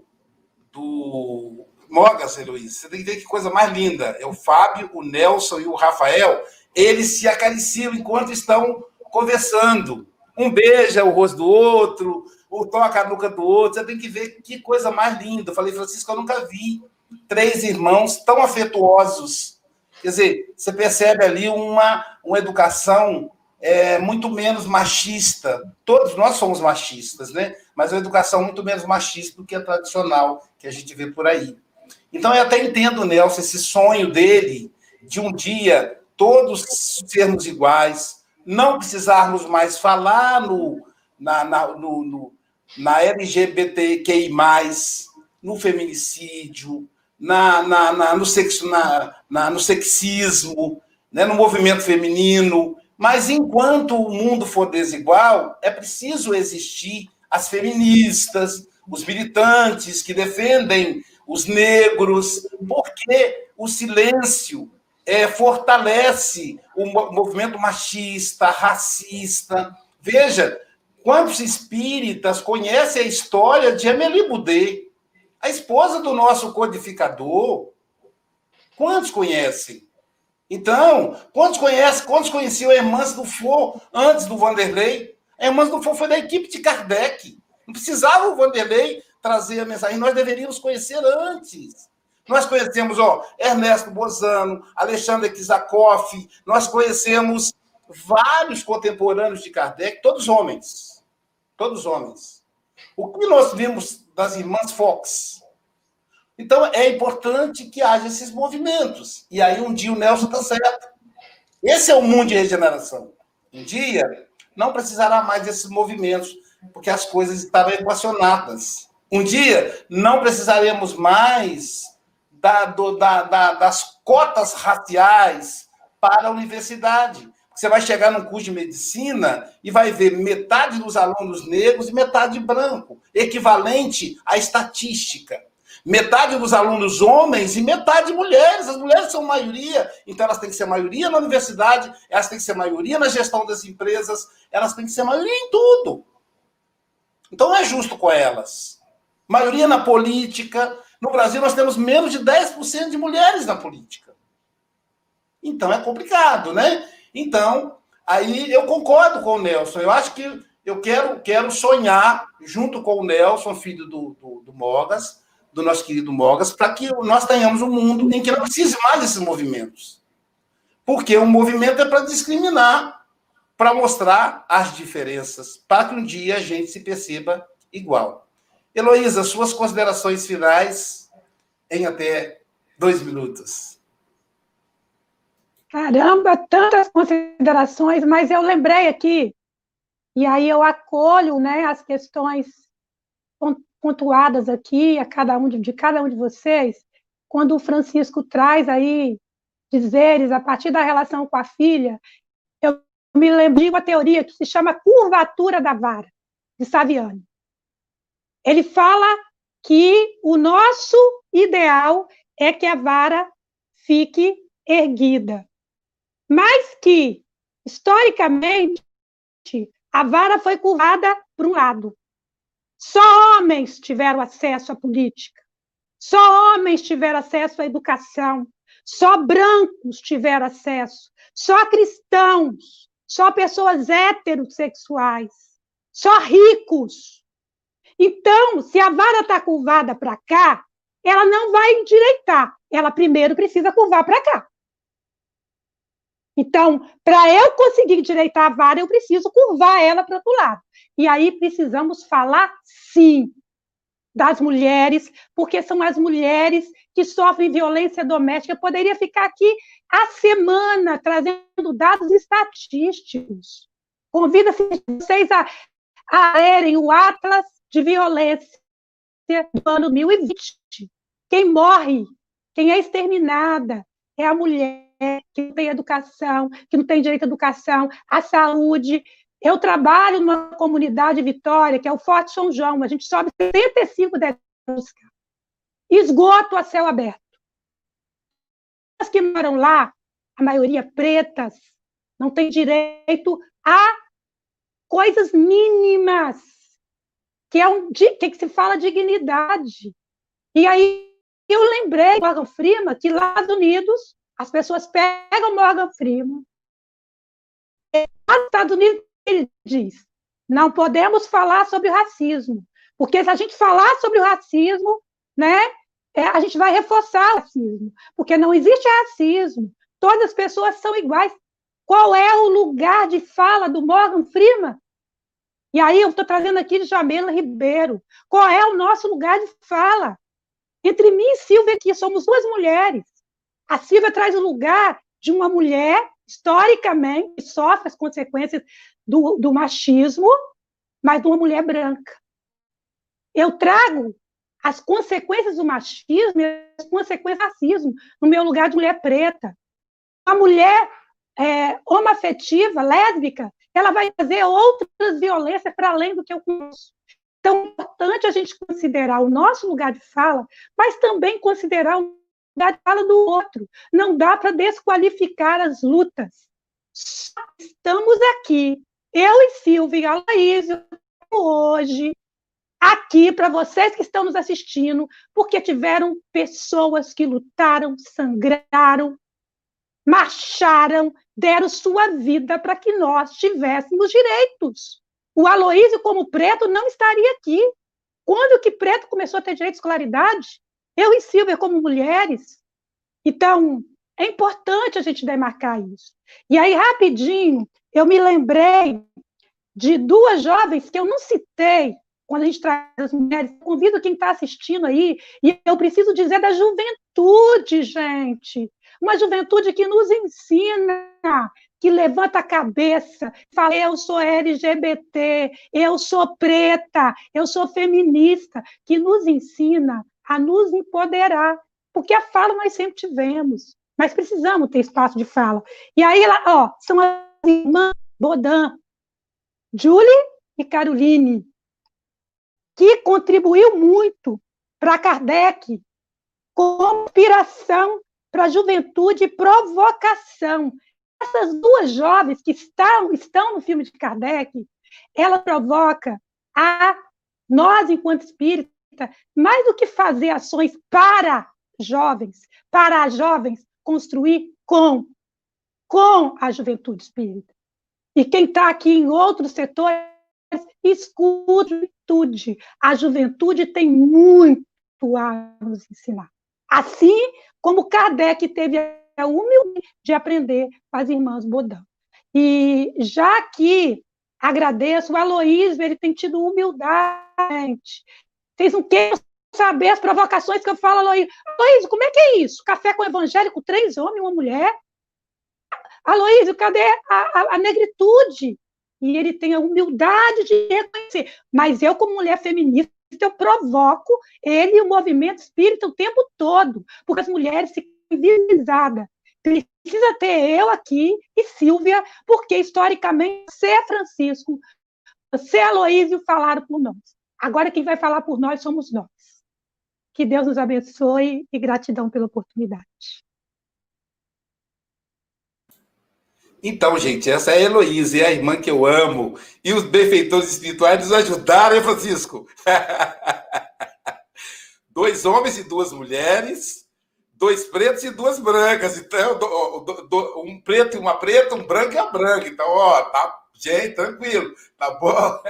do Mogas, Heloísa, você tem que ver que coisa mais linda. É o Fábio, o Nelson e o Rafael. Eles se acariciam enquanto estão conversando. Um beija o rosto do outro, um toca a nuca do outro. Você tem que ver que coisa mais linda. Eu falei: Francisco, eu nunca vi três irmãos tão afetuosos. Quer dizer, você percebe ali uma, uma educação é, muito menos machista. Todos nós somos machistas, né? Mas uma educação muito menos machista do que a tradicional que a gente vê por aí. Então, eu até entendo, Nelson, esse sonho dele de um dia todos sermos iguais, não precisarmos mais falar no, na, na, no, no, na L G B T Q I mais, no feminicídio, na, na, na, no, sexo, na, na, no sexismo, né, no movimento feminino. Mas, enquanto o mundo for desigual, é preciso existir as feministas, os militantes que defendem os negros, porque o silêncio é, fortalece o movimento machista, racista. Veja, quantos espíritas conhecem a história de Amélie Boudet, a esposa do nosso codificador? Quantos conhecem? Então, quantos conhecem, quantos conheciam a Hermance Dufour antes do Vanderlei? A Hermance Dufour foi da equipe de Kardec. Não precisava o Vanderlei trazer a mensagem, nós deveríamos conhecer antes. Nós conhecemos, ó, Ernesto Bozano, Alexandre Kisakoff, nós conhecemos vários contemporâneos de Kardec, todos homens. Todos homens. O que nós vimos das irmãs Fox? Então, é importante que haja esses movimentos. E aí, um dia, o Nelson está certo. Esse é o mundo de regeneração. Um dia, não precisará mais desses movimentos, porque as coisas estarão equacionadas. Um dia, não precisaremos mais da, do, da, da, das cotas raciais para a universidade. Você vai chegar num curso de medicina e vai ver metade dos alunos negros e metade branco, equivalente à estatística. Metade dos alunos homens e metade mulheres. As mulheres são maioria, então elas têm que ser maioria na universidade, elas têm que ser maioria na gestão das empresas, elas têm que ser maioria em tudo. Então, não é justo com elas. Maioria na política. No Brasil, nós temos menos de dez por cento de mulheres na política. Então, é complicado, né? Então, aí eu concordo com o Nelson. Eu acho que eu quero, quero sonhar, junto com o Nelson, filho do, do, do Mogas, do nosso querido Mogas, para que nós tenhamos um mundo em que não precise mais desses movimentos. Porque o movimento é para discriminar, para mostrar as diferenças, para que um dia a gente se perceba igual. Heloísa, suas considerações finais em até dois minutos. Caramba, tantas considerações, mas eu lembrei aqui, e aí eu acolho, né, as questões pontuadas aqui a cada um de, de cada um de vocês, quando o Francisco traz aí dizeres a partir da relação com a filha, eu me lembro de uma teoria que se chama curvatura da vara, de Saviano. Ele fala que o nosso ideal é que a vara fique erguida, mas que, historicamente, a vara foi curvada para um lado. Só homens tiveram acesso à política, só homens tiveram acesso à educação, só brancos tiveram acesso, só cristãos, só pessoas heterossexuais, só ricos. Então, se a vara está curvada para cá, ela não vai endireitar, ela primeiro precisa curvar para cá. Então, para eu conseguir endireitar a vara, eu preciso curvar ela para o outro lado. E aí precisamos falar sim das mulheres, porque são as mulheres que sofrem violência doméstica. Eu poderia ficar aqui a semana trazendo dados estatísticos. Convido vocês a, a lerem o Atlas de Violência do ano dois mil e vinte. Quem morre, quem é exterminada, é a mulher que não tem educação, que não tem direito à educação, à saúde. Eu trabalho numa comunidade Vitória, que é o Forte São João, a gente sobe setenta e cinco degraus, esgoto a céu aberto. As que moram lá, a maioria pretas, não tem direito a coisas mínimas, que é um que se fala dignidade. E aí eu lembrei do Morgan Freeman, que lá nos Estados Unidos as pessoas pegam Morgan Freeman, lá nos Estados Unidos ele diz, não podemos falar sobre o racismo, porque se a gente falar sobre o racismo, né, é, a gente vai reforçar o racismo, porque não existe racismo, todas as pessoas são iguais. Qual é o lugar de fala do Morgan Freeman? E aí eu estou trazendo aqui de Jamila Ribeiro. Qual é o nosso lugar de fala? Entre mim e Silvia aqui, somos duas mulheres. A Silvia traz o lugar de uma mulher, historicamente, que sofre as consequências do, do machismo, mas de uma mulher branca. Eu trago as consequências do machismo e as consequências do racismo no meu lugar de mulher preta. Uma mulher é, homoafetiva, lésbica, ela vai fazer outras violências para além do que eu conheço. Então, é importante a gente considerar o nosso lugar de fala, mas também considerar o lugar de fala do outro. Não dá para desqualificar as lutas. Só estamos aqui, eu e Silvia e Aloísio, hoje, aqui para vocês que estão nos assistindo, porque tiveram pessoas que lutaram, sangraram, marcharam, deram sua vida para que nós tivéssemos direitos. O Aloísio, como preto, não estaria aqui. Quando que preto começou a ter direito à escolaridade? Eu e Silvia, como mulheres. Então, é importante a gente demarcar isso. E aí, rapidinho, eu me lembrei de duas jovens que eu não citei quando a gente traz as mulheres. Convido quem está assistindo aí, e eu preciso dizer da juventude, gente. Uma juventude que nos ensina, que levanta a cabeça, fala, eu sou L G B T, eu sou preta, eu sou feminista, que nos ensina a nos empoderar, porque a fala nós sempre tivemos, mas precisamos ter espaço de fala. E aí, ó, são as irmãs Baudin, Julie e Caroline, que contribuiu muito para Kardec, com inspiração para a juventude e provocação. Essas duas jovens que estão, estão no filme de Kardec, ela provoca a nós, enquanto espírita, mais do que fazer ações para jovens, para as jovens construir com, com a juventude espírita. E quem está aqui em outros setores, escuta a juventude. A juventude tem muito a nos ensinar. Assim como Kardec teve a humildade de aprender com as irmãs Baudin. E já que agradeço, o Aloísio, ele tem tido humildade. Vocês não querem saber as provocações que eu falo, Aloísio. Aloísio, como é que é isso? Café com evangélico, três homens e uma mulher? Aloísio, cadê a, a, a negritude? E ele tem a humildade de reconhecer. Mas eu, como mulher feminista, eu provoco ele e o movimento espírita o tempo todo, porque as mulheres se invisibilizadas. Precisa ter eu aqui e Silvia, porque historicamente você é Francisco, você, Aloísio, falaram por nós. Agora quem vai falar por nós somos nós. Que Deus nos abençoe e gratidão pela oportunidade. Então, gente, essa é a Heloísa, é a irmã que eu amo. E os benfeitores espirituais nos ajudaram, hein, Francisco? Dois homens e duas mulheres, dois pretos e duas brancas. Então, do, do, do, um preto e uma preta, um branco e uma branca. Então, ó, tá, gente, tranquilo, tá bom?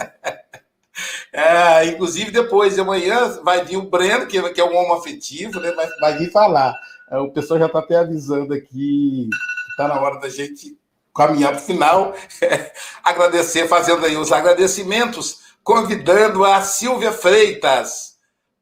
É, inclusive, depois de amanhã vai vir o Breno, que, que é um homoafetivo, né? Vai, vai vir falar. O pessoal já está até avisando aqui. Está na hora da gente caminhar para o final. Agradecer, fazendo aí os agradecimentos, convidando a Silvia Freitas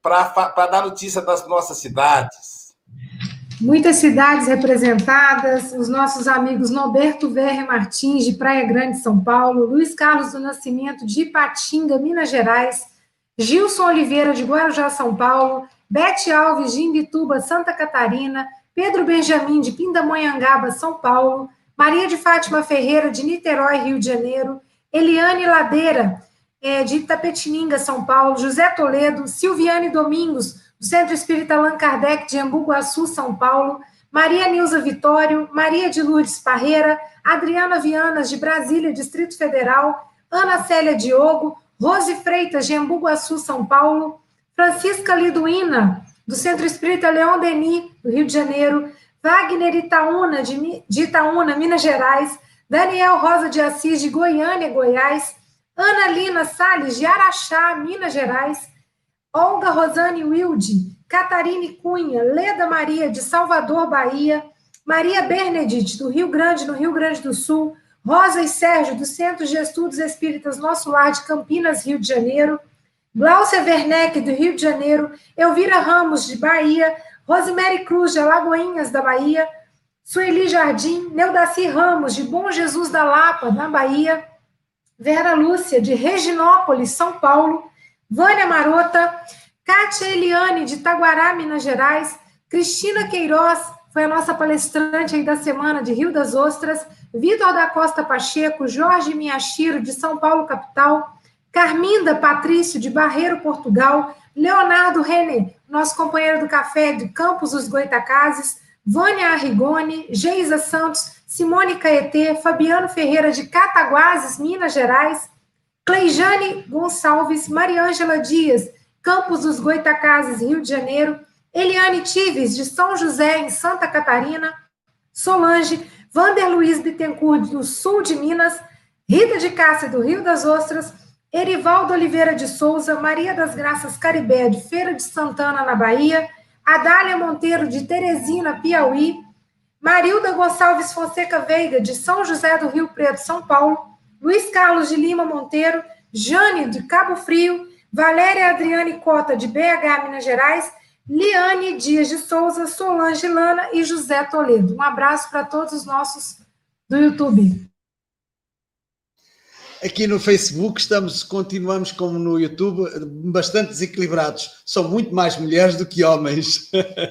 para dar notícia das nossas cidades. Muitas cidades representadas, os nossos amigos Norberto Verre Martins, de Praia Grande, São Paulo, Luiz Carlos do Nascimento, de Ipatinga, Minas Gerais, Gilson Oliveira, de Guarujá, São Paulo, Bete Alves, de Imbituba, Santa Catarina, Pedro Benjamin, de Pindamonhangaba, São Paulo, Maria de Fátima Ferreira, de Niterói, Rio de Janeiro, Eliane Ladeira, de Itapetininga, São Paulo, José Toledo, Silviane Domingos, do Centro Espírita Allan Kardec, de Embu Guaçu, São Paulo, Maria Nilza Vitório, Maria de Lourdes Parreira, Adriana Vianas, de Brasília, Distrito Federal, Ana Célia Diogo, Rose Freitas, de Embu Guaçu, São Paulo, Francisca Liduína, do Centro Espírita Leon Denis, do Rio de Janeiro, Wagner Itaúna, de, de Itaúna, Minas Gerais, Daniel Rosa de Assis, de Goiânia, Goiás, Ana Lina Salles, de Araxá, Minas Gerais, Olga Rosane Wilde, Catarine Cunha, Leda Maria, de Salvador, Bahia, Maria Bernedite, do Rio Grande, no Rio Grande do Sul, Rosa e Sérgio, do Centro de Estudos Espíritas Nosso Lar, de Campinas, Rio de Janeiro, Glaucia Werneck, do Rio de Janeiro, Elvira Ramos, de Bahia, Rosemary Cruz, de Alagoinhas, da Bahia, Sueli Jardim, Neudaci Ramos, de Bom Jesus da Lapa, na Bahia, Vera Lúcia, de Reginópolis, São Paulo, Vânia Marota, Kátia Eliane, de Taguará, Minas Gerais, Cristina Queiroz, foi a nossa palestrante aí da semana, de Rio das Ostras, Vitor da Costa Pacheco, Jorge Miyashiro, de São Paulo, capital, Carminda Patrício, de Barreiro, Portugal, Leonardo René, nosso companheiro do café de Campos dos Goitacazes, Vânia Arrigoni, Geisa Santos, Simone Caetê, Fabiano Ferreira, de Cataguases, Minas Gerais, Cleijane Gonçalves, Mariângela Dias, Campos dos Goitacazes, Rio de Janeiro, Eliane Tives, de São José, em Santa Catarina, Solange, Vander Luiz Bittencourt, do Sul de Minas, Rita de Cássia, do Rio das Ostras, Erivaldo Oliveira de Souza, Maria das Graças Caribé, de Feira de Santana, na Bahia, Adália Monteiro, de Teresina, Piauí, Marilda Gonçalves Fonseca Veiga, de São José do Rio Preto, São Paulo, Luiz Carlos de Lima Monteiro, Jane, de Cabo Frio, Valéria Adriane Cota, de B H, Minas Gerais, Liane Dias de Souza, Solange Lana e José Toledo. Um abraço para todos os nossos do YouTube. Aqui no Facebook estamos, continuamos como no YouTube, bastante desequilibrados. São muito mais mulheres do que homens.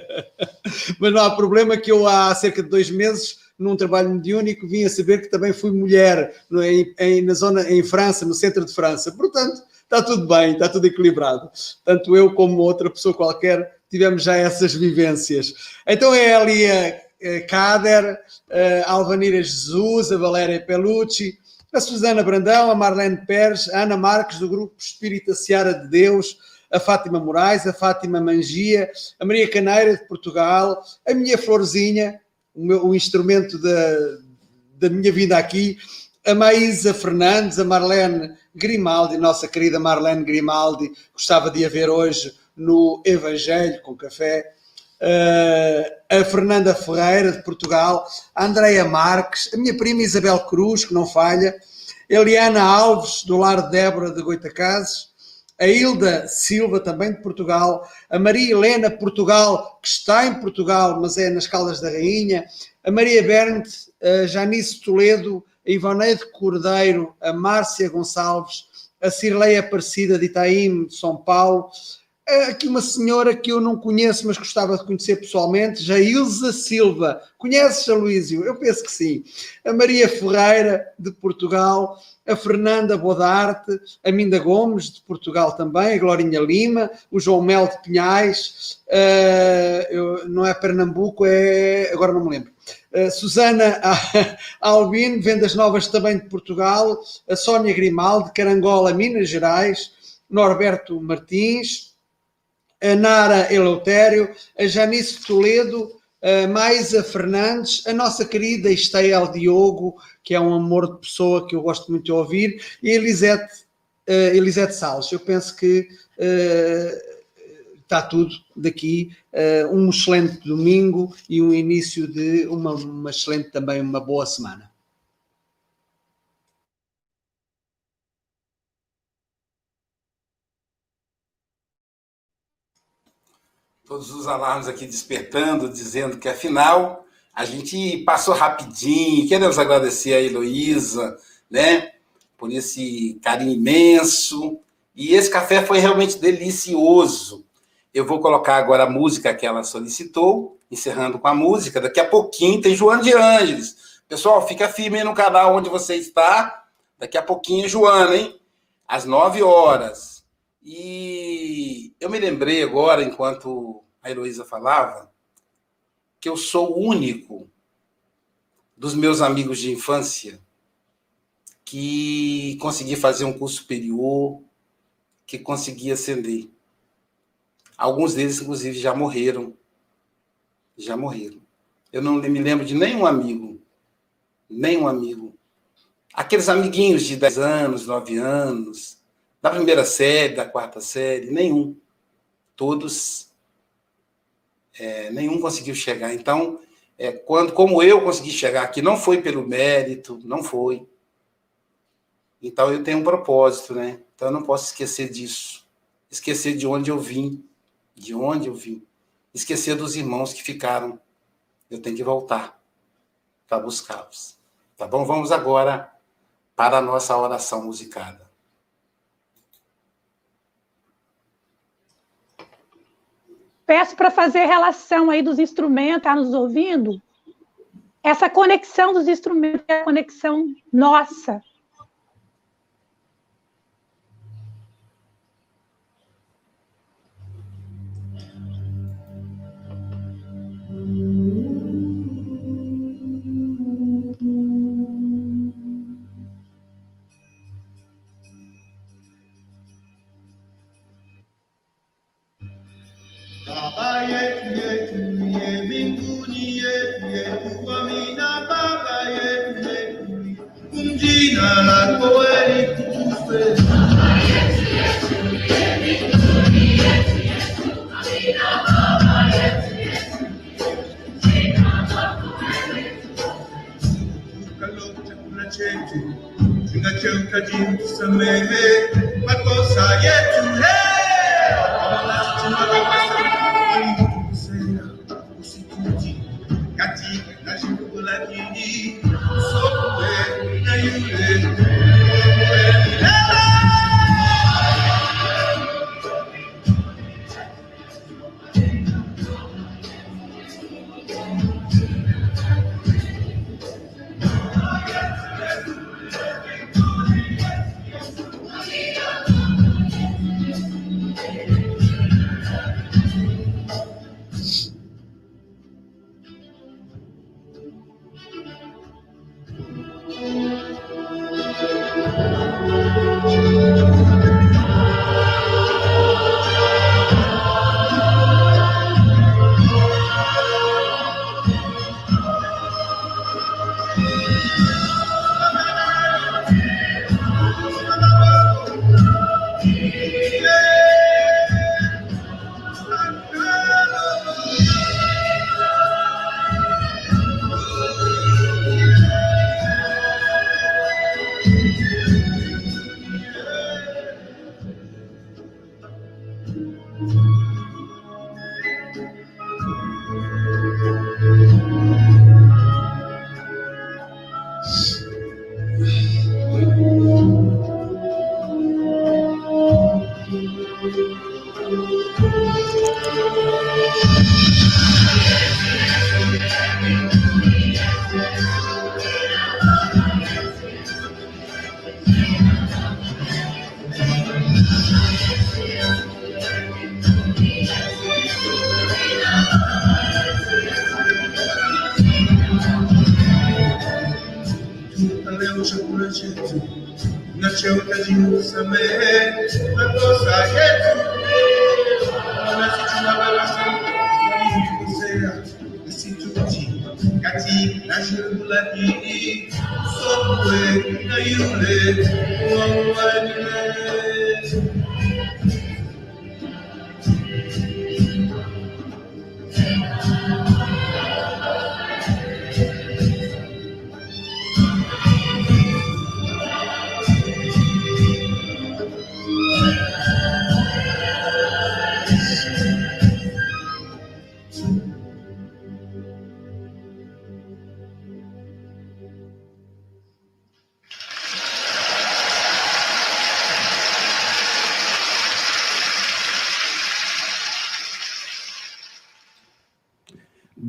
Mas não há problema que eu há cerca de dois meses, num trabalho mediúnico, vim a saber que também fui mulher em, em, na zona, em França, no centro de França. Portanto, está tudo bem, está tudo equilibrado. Tanto eu como outra pessoa qualquer tivemos já essas vivências. Então é ali a, a Cader, a Alvanira Jesus, a Valéria Pelucci, a Susana Brandão, a Marlene Pérez, a Ana Marques, do Grupo Espírita Seara de Deus, a Fátima Moraes, a Fátima Mangia, a Maria Caneira, de Portugal, a minha Florzinha, o, meu, o instrumento da, da minha vida aqui, a Maísa Fernandes, a Marlene Grimaldi, nossa querida Marlene Grimaldi, gostava de a ver hoje no Evangelho com Café, Uh, a Fernanda Ferreira, de Portugal, a Andreia Marques, a minha prima Isabel Cruz, que não falha, a Eliana Alves, do Lar de Débora, de Goitacazes, a Hilda Silva, também de Portugal, a Maria Helena, Portugal, que está em Portugal, mas é nas Caldas da Rainha, a Maria Berndt, a Janice Toledo, a Ivoneide Cordeiro, a Márcia Gonçalves, a Cirleia Aparecida, de Itaim, de São Paulo, aqui uma senhora que eu não conheço, mas gostava de conhecer pessoalmente, Jailza Silva. Conheces, Aloísio? Eu penso que sim. A Maria Ferreira, de Portugal, a Fernanda Bodarte, a Minda Gomes, de Portugal também, a Glorinha Lima, o João Mel de Pinhais, uh, eu, não é Pernambuco, é... agora não me lembro. Uh, Susana Albino, Vendas Novas também de Portugal, a Sónia Grimaldi, Carangola, Minas Gerais, Norberto Martins, a Nara Eleutério, a Janice Toledo, a Maisa Fernandes, a nossa querida Estael Diogo, que é um amor de pessoa que eu gosto muito de ouvir, e a Elisete, uh, Elisete Salles. Eu penso que uh, está tudo daqui. Uh, um excelente domingo e um início de uma, uma excelente também, uma boa semana. todos os alarmes aqui despertando, dizendo que, afinal, a gente passou rapidinho. Queremos agradecer a Heloísa, né, por esse carinho imenso. E esse café foi realmente delicioso. Eu vou colocar agora a música que ela solicitou, encerrando com a música. Daqui a pouquinho tem Joana de Ângeles. Pessoal, fica firme aí no canal onde você está. Daqui a pouquinho, Joana, hein? Às nove horas. E eu me lembrei agora, enquanto a Heloísa falava, que eu sou o único dos meus amigos de infância que consegui fazer um curso superior, que consegui ascender. Alguns deles, inclusive, já morreram. Já morreram. Eu não me lembro de nenhum amigo. Nenhum amigo. Aqueles amiguinhos de dez anos, nove anos, da primeira série, da quarta série, nenhum. Todos, é, nenhum conseguiu chegar. Então, é, quando, como eu consegui chegar aqui, não foi pelo mérito, não foi. Então, eu tenho um propósito, né? Então, eu não posso esquecer disso. Esquecer de onde eu vim. De onde eu vim. Esquecer dos irmãos que ficaram. Eu tenho que voltar para buscá-los. Tá bom? Vamos agora para a nossa oração musicada. Peço para fazer relação aí dos instrumentos, tá nos ouvindo? Essa conexão dos instrumentos é a conexão nossa. Baba yetu yetu ye mbinguni yetu yetu amina. Baba yetu yetu kumjina lako litukuzwe. Baba yetu yetu ye mbinguni yetu yetu amina. Baba yetu yetu kumjina lako litukuzwe. Tukalo chakula chetu tunachokitaji tusamehe makosa yetu. Katika shirika la dini, sote na yule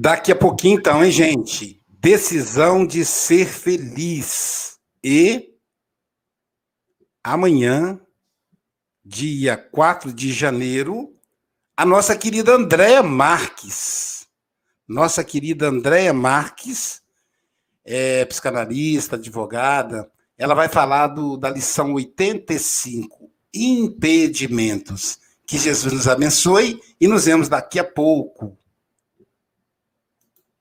Daqui a pouquinho, então, hein, gente? Decisão de ser feliz. E amanhã, dia quatro de janeiro, a nossa querida Andréia Marques. Nossa querida Andréia Marques, é psicanalista, advogada, ela vai falar do, da lição oitenta e cinco, impedimentos. Que Jesus nos abençoe e nos vemos daqui a pouco.